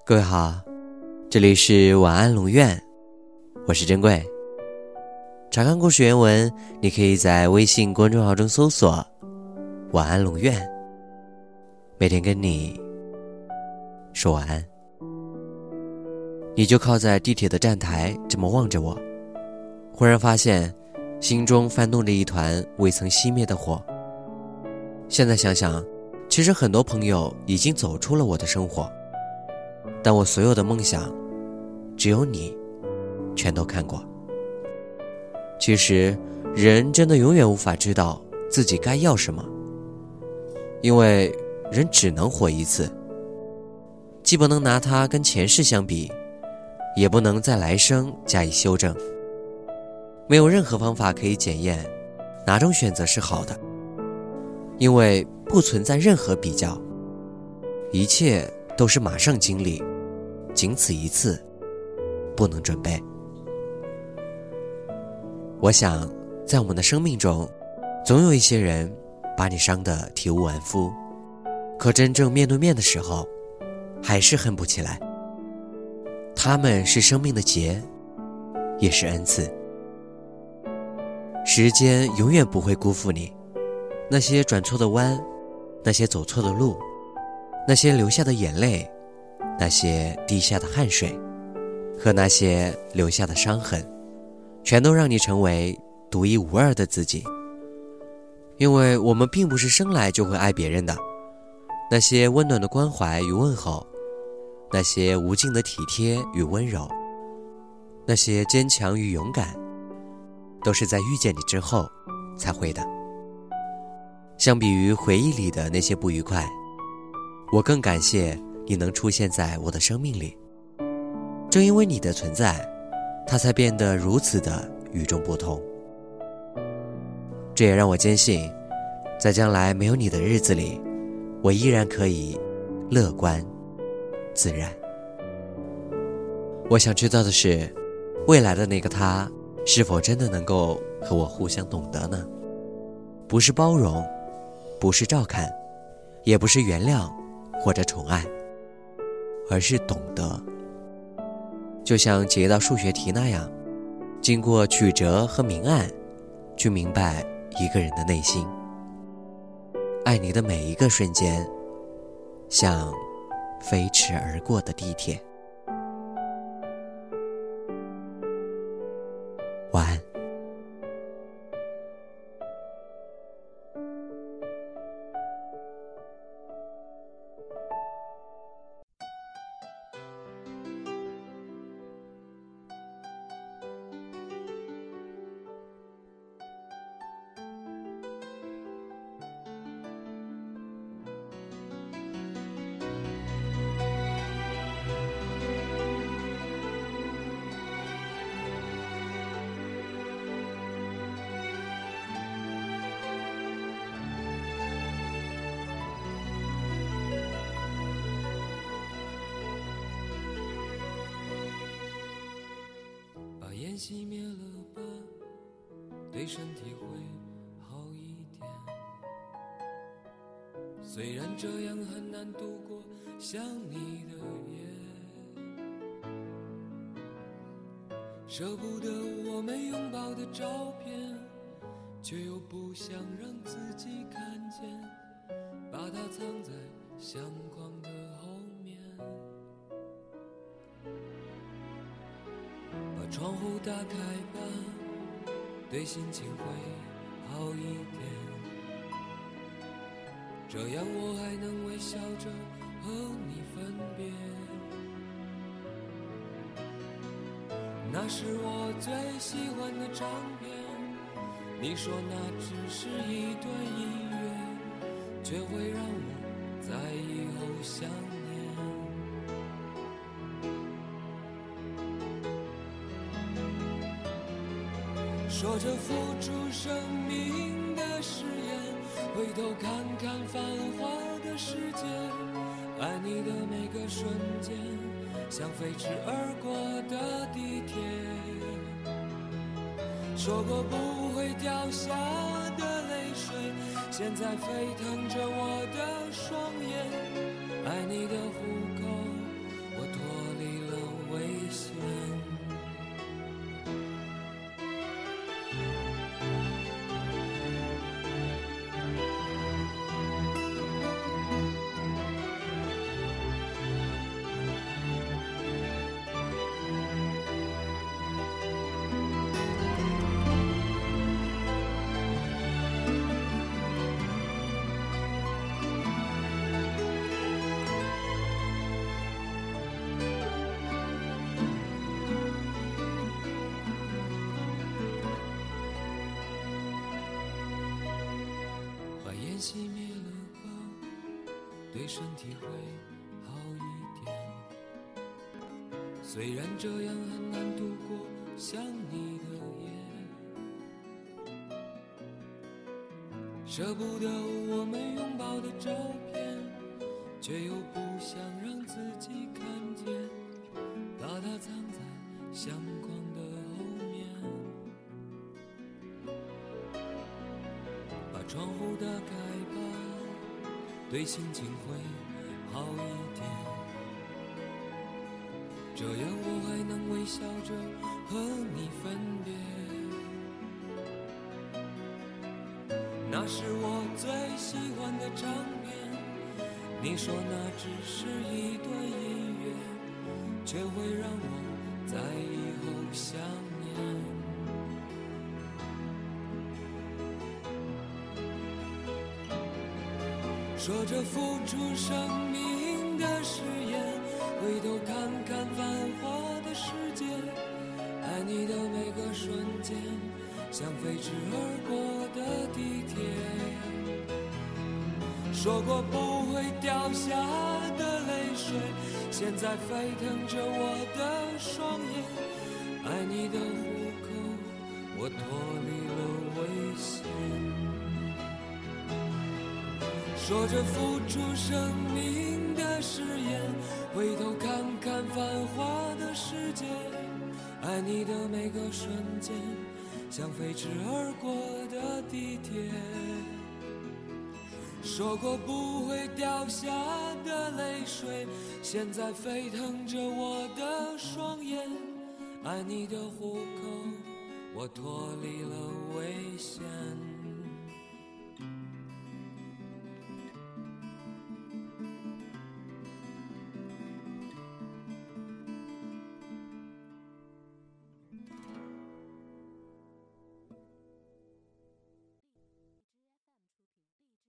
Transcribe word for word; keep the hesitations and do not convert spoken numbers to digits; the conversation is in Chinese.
各位好，这里是晚安龙院，我是珍贵。查看故事原文，你可以在微信公众号中搜索晚安龙院，每天跟你说晚安。你就靠在地铁的站台这么望着我，忽然发现心中翻动着一团未曾熄灭的火。现在想想，其实很多朋友已经走出了我的生活，但我所有的梦想只有你全都看过。其实人真的永远无法知道自己该要什么，因为人只能活一次，既不能拿它跟前世相比，也不能在来生加以修正。没有任何方法可以检验哪种选择是好的，因为不存在任何比较，一切都是马上经历，仅此一次，不能准备。我想在我们的生命中，总有一些人把你伤得体无完肤，可真正面对面的时候，还是恨不起来。他们是生命的劫，也是恩赐。时间永远不会辜负你，那些转错的弯，那些走错的路，那些流下的眼泪，那些滴下的汗水，和那些留下的伤痕，全都让你成为独一无二的自己。因为我们并不是生来就会爱别人的，那些温暖的关怀与问候，那些无尽的体贴与温柔，那些坚强与勇敢，都是在遇见你之后才会的。相比于回忆里的那些不愉快，我更感谢你能出现在我的生命里。正因为你的存在，它才变得如此的与众不同。这也让我坚信，在将来没有你的日子里，我依然可以乐观自然。我想知道的是，未来的那个他是否真的能够和我互相懂得呢？不是包容，不是照看，也不是原谅或者宠爱，而是懂得。就像解一道数学题那样，经过曲折和明暗，去明白一个人的内心。爱你的每一个瞬间，像飞驰而过的地铁。晚安。 烟熄灭了吧，对身体会好一点。虽然这样很难度过想你的夜，舍不得我们拥抱的照片，却又不想让自己看见，把它藏在相框的后面。把窗户打开吧，对心情会好一点，这样我还能微笑着和你分别。那是我最喜欢的唱片，你说那只是一段音乐，却会让我在以后想念。说着付出生命的誓言，回头看看繁华的世界，爱你的每个瞬间，像飞驰而过的地铁。说过不会掉下的泪水，现在沸腾着我的双眼。爱你的虎口，我脱身体会好一点。虽然这样很难度过想你的夜，舍不得我们拥抱的照片，却又不想让自己看见，把它藏在相框的后面，把窗户打开吧，对心情会好一点，这样我还能微笑着和你分别。那是我最喜欢的唱片，你说那只是一段音乐，却会让我在以后想念。说着付出生命的誓言，回头看看繁华的世界，爱你的每个瞬间，像飞驰而过的地铁。说过不会掉下的泪水，现在沸腾着我的双眼。爱你的虎口，我脱离了危险。说着付出生命的誓言，回头看看繁华的世界，爱你的每个瞬间，像飞驰而过的地铁。说过不会掉下的泪水，现在沸腾着我的双眼。爱你的虎口，我脱离了危险。